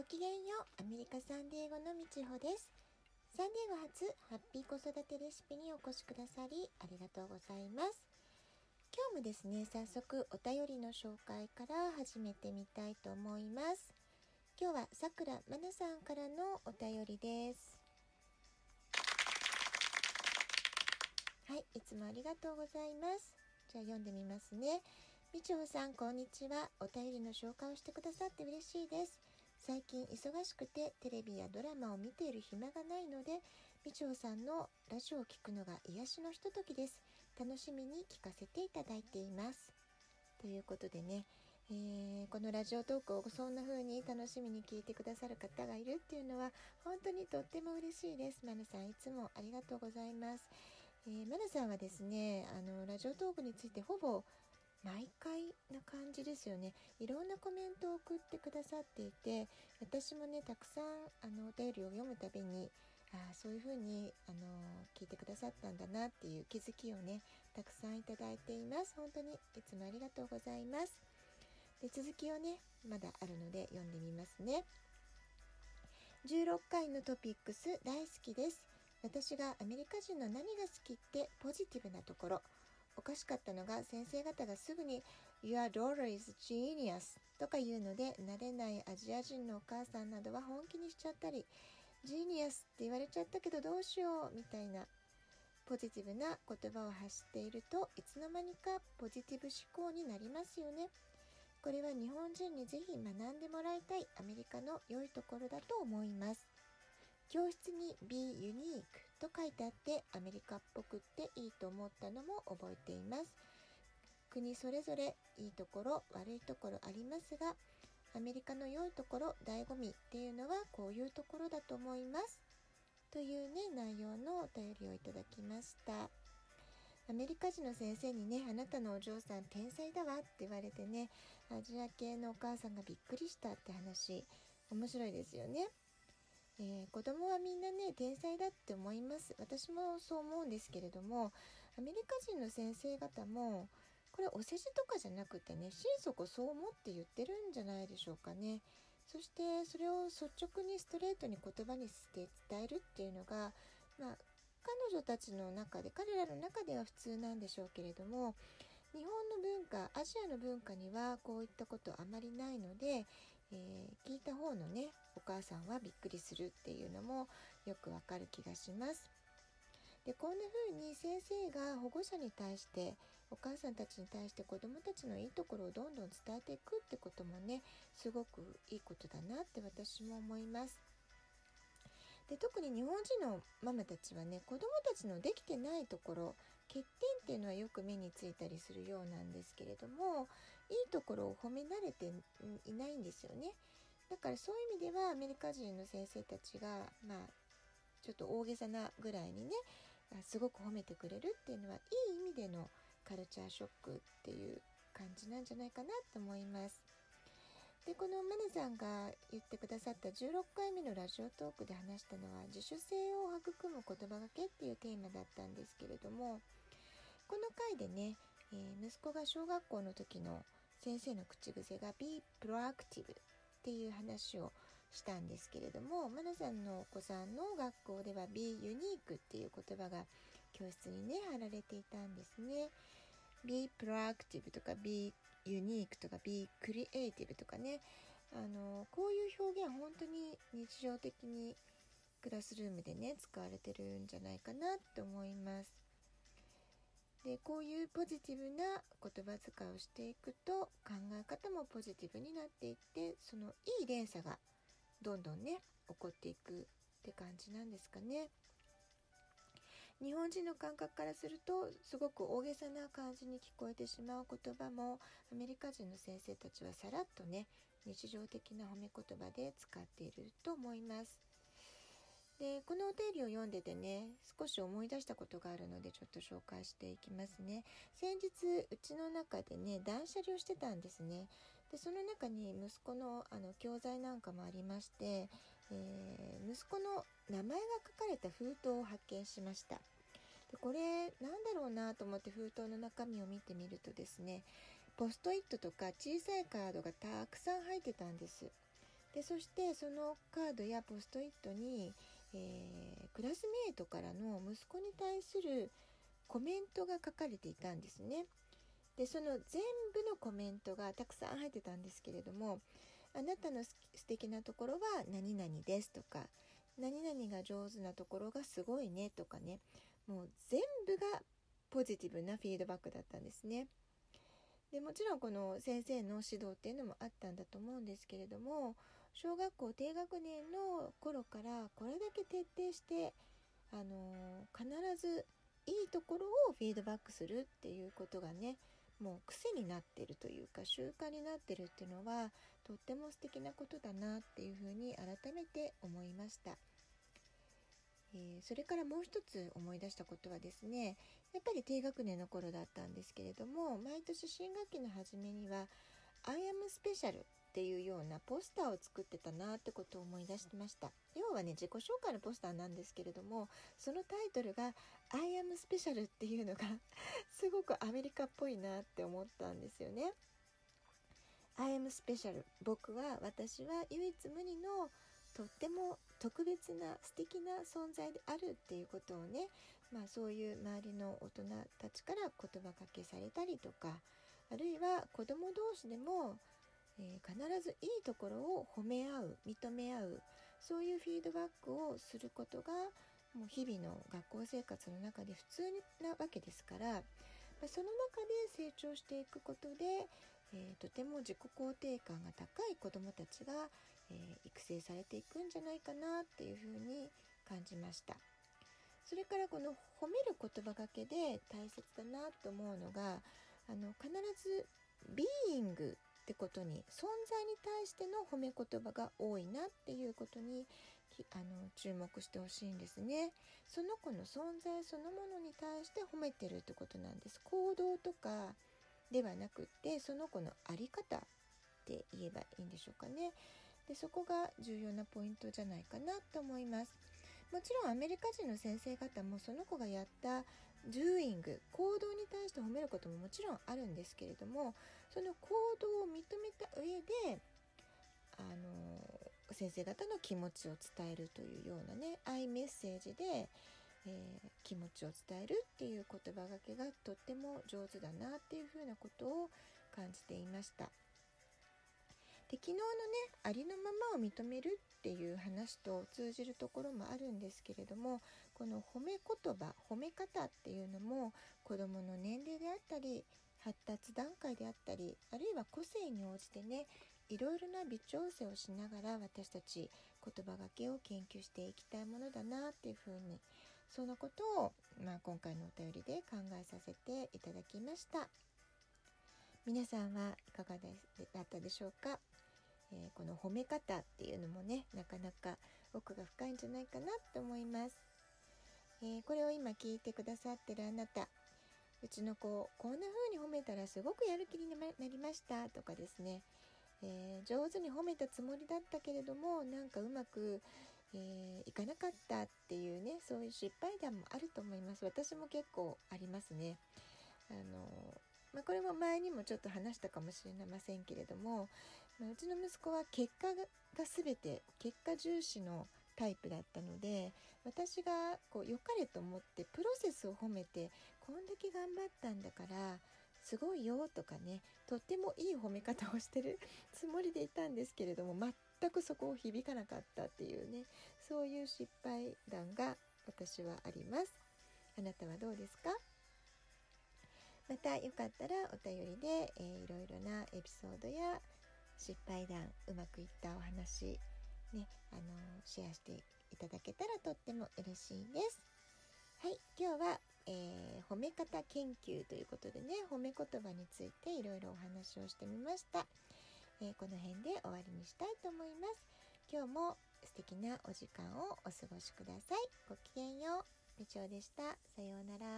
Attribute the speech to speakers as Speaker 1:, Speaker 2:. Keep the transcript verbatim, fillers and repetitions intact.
Speaker 1: きげんよう。アメリカサンディエゴのみちほです。サンディエゴ初ハッピー子育てレシピにお越しくださりありがとうございます。今日もですね、早速お便りの紹介から始めてみたいと思います。今日はさくらまなさんからのお便りです。はい、いつもありがとうございます。じゃあ読んでみますね。みちほさん、こんにちは。お便りの紹介をしてくださって嬉しいです。最近忙しくてテレビやドラマを見ている暇がないので、みちほさんのラジオを聞くのが癒しのひとときです。楽しみに聞かせていただいています。ということでね、えー、このラジオトークをそんな風に楽しみに聞いてくださる方がいるっていうのは本当にとっても嬉しいです。まなさん、いつもありがとうございます。えー、まなさんはですね、あのラジオトークについてほぼ毎回な感じですよね。いろんなコメントを送ってくださっていて、私もねたくさんあのお便りを読むたびに、あそういう風にあの聞いてくださったんだなっていう気づきをねたくさんいただいています。本当にいつもありがとうございます。で、続きをねまだあるので読んでみますね。じゅうろっかいのトピックス大好きです。私がアメリカ人の何が好きってポジティブなところ。おかしかったのが先生方がすぐに Your daughter is genius とか言うので、慣れないアジア人のお母さんなどは本気にしちゃったり、ジーニアスって言われちゃったけどどうしようみたいなポジティブな言葉を発していると、いつの間にかポジティブ思考になりますよね。これは日本人にぜひ学んでもらいたいアメリカの良いところだと思います。教室に Be unique と書いてあってアメリカっぽくっていいと思ったのも覚えています。国それぞれいいところ悪いところありますが、アメリカの良いところ醍醐味っていうのはこういうところだと思いますというね内容のお便りをいただきました。アメリカ人の先生にね、あなたのお嬢さん天才だわって言われてね、アジア系のお母さんがびっくりしたって話、面白いですよね。えー、子供はみんなね天才だって思います。私もそう思うんですけれども、アメリカ人の先生方もこれお世辞とかじゃなくてね、心底そう思って言ってるんじゃないでしょうかね。そしてそれを率直にストレートに言葉にして伝えるっていうのが、まあ彼女たちの中で彼らの中では普通なんでしょうけれども、日本の文化、アジアの文化にはこういったことあまりないので、えー、聞いた方のねお母さんはびっくりするっていうのもよくわかる気がします。で、こんな風に先生が保護者に対してお母さんたちに対して子どもたちのいいところをどんどん伝えていくってこともねすごくいいことだなって私も思います。で、特に日本人のママたちはね、子供たちのできてないところ、欠点っていうのはよく目についたりするようなんですけれども、いいところを褒め慣れていないんですよね。だからそういう意味ではアメリカ人の先生たちがまあちょっと大げさなぐらいにねすごく褒めてくれるっていうのは、いい意味でのカルチャーショックっていう感じなんじゃないかなと思います。で、このマネさんが言ってくださったじゅうろっかいめのラジオトークで話したのは自主性を育む言葉がけっていうテーマだったんですけれども、この回でね、えー、息子が小学校の時の先生の口癖が Be proactive っていう話をしたんですけれども、マナさんのお子さんの学校では Be unique っていう言葉が教室にね貼られていたんですね。Be proactive とか Be unique とか Be creative とかね、あのこういう表現は本当に日常的にクラスルームでね使われてるんじゃないかなと思います。で、こういうポジティブな言葉遣いをしていくと考え方もポジティブになっていって、そのいい連鎖がどんどんね起こっていくって感じなんですかね。日本人の感覚からするとすごく大げさな感じに聞こえてしまう言葉も、アメリカ人の先生たちはさらっとね日常的な褒め言葉で使っていると思います。で、このお便りを読んでてね少し思い出したことがあるのでちょっと紹介していきますね。先日うちの中でね断捨離をしてたんですね。で、その中に息子のあの教材なんかもありまして、えー、息子の名前が書かれた封筒を発見しました。で、これなんだろうなと思って封筒の中身を見てみるとですね、ポストイットとか小さいカードがたくさん入ってたんです。 でそしてそのカードやポストイットに、えー、クラスメートからの息子に対するコメントが書かれていたんですね。でその全部のコメントがたくさん入ってたんですけれども、あなたの素敵なところは何々ですとか、何々が上手なところがすごいねとかね、もう全部がポジティブなフィードバックだったんですね。でもちろんこの先生の指導っていうのもあったんだと思うんですけれども、小学校低学年の頃からこれだけ徹底してあの必ずいいところをフィードバックするっていうことがね、もう癖になっているというか習慣になっているっていうのはとっても素敵なことだなっていうふうに改めて思いました。えー、それからもう一つ思い出したことはですね、やっぱり低学年の頃だったんですけれども、毎年新学期の初めには I am special っていうようなポスターを作ってたなってことを思い出しました。要はね、自己紹介のポスターなんですけれども、そのタイトルが I am special っていうのがすごくアメリカっぽいなって思ったんですよね。I am special、 僕は私は唯一無二のとっても特別な素敵な存在であるっていうことをね、まあ、そういう周りの大人たちから言葉かけされたりとか、あるいは子供同士でも、えー、必ずいいところを褒め合う、認め合う、そういうフィードバックをすることがもう日々の学校生活の中で普通なわけですから、まあ、その中で成長していくことで、えー、とても自己肯定感が高い子どもたちが、えー、育成されていくんじゃないかなっていうふうに感じました。それからこの褒める言葉がけで大切だなと思うのが、あの必ず being ってことに、存在に対しての褒め言葉が多いなっていうことにあの注目してほしいんですね。その子の存在そのものに対して褒めてるってことなんです。行動とかではなくって、その子の在り方って言えばいいんでしょうかね。でそこが重要なポイントじゃないかなと思います。もちろんアメリカ人の先生方もその子がやった doing、 行動に対して褒めることももちろんあるんですけれども、その行動を認めた上であの先生方の気持ちを伝えるというようなね、アイメッセージで、えー、気持ちを伝えるっていう言葉がけがとっても上手だなっていうふうなことを感じていました。で昨日のね、ありのままを認めるっていう話と通じるところもあるんですけれども、この褒め言葉、褒め方っていうのも子どもの年齢であったり発達段階であったり、あるいは個性に応じてね、いろいろな微調整をしながら私たち言葉がけを研究していきたいものだなっていうふうに、そんなことを、まあ、今回のお便りで考えさせていただきました。皆さんはいかがだったでしょうか。えー、この褒め方っていうのもね、なかなか奥が深いんじゃないかなと思います。えー、これを今聞いてくださってるあなた、うちの子こんな風に褒めたらすごくやる気になりましたとかですね、えー、上手に褒めたつもりだったけれどもなんかうまく、えー、いかなかったっていうね、そういう失敗談もあると思います。私も結構ありますね。あのまあ、これも前にもちょっと話したかもしれませんけれども、まあ、うちの息子は結果が全て、結果重視のタイプだったので、私がこう良かれと思ってプロセスを褒めて、こんだけ頑張ったんだからすごいよとかね、とってもいい褒め方をしてるつもりでいたんですけれども、全くそこを響かなかったっていうね、そういう失敗談が私はあります。あなたはどうですか？またよかったらお便りで、えー、いろいろなエピソードや失敗談、うまくいったお話、ね、あのー、シェアしていただけたらとっても嬉しいです。はい、今日は、えー、褒め方研究ということでね、褒め言葉についていろいろお話をしてみました。えー、この辺で終わりにしたいと思います。今日も素敵なお時間をお過ごしください。ごきげんよう。みちおでした。さようなら。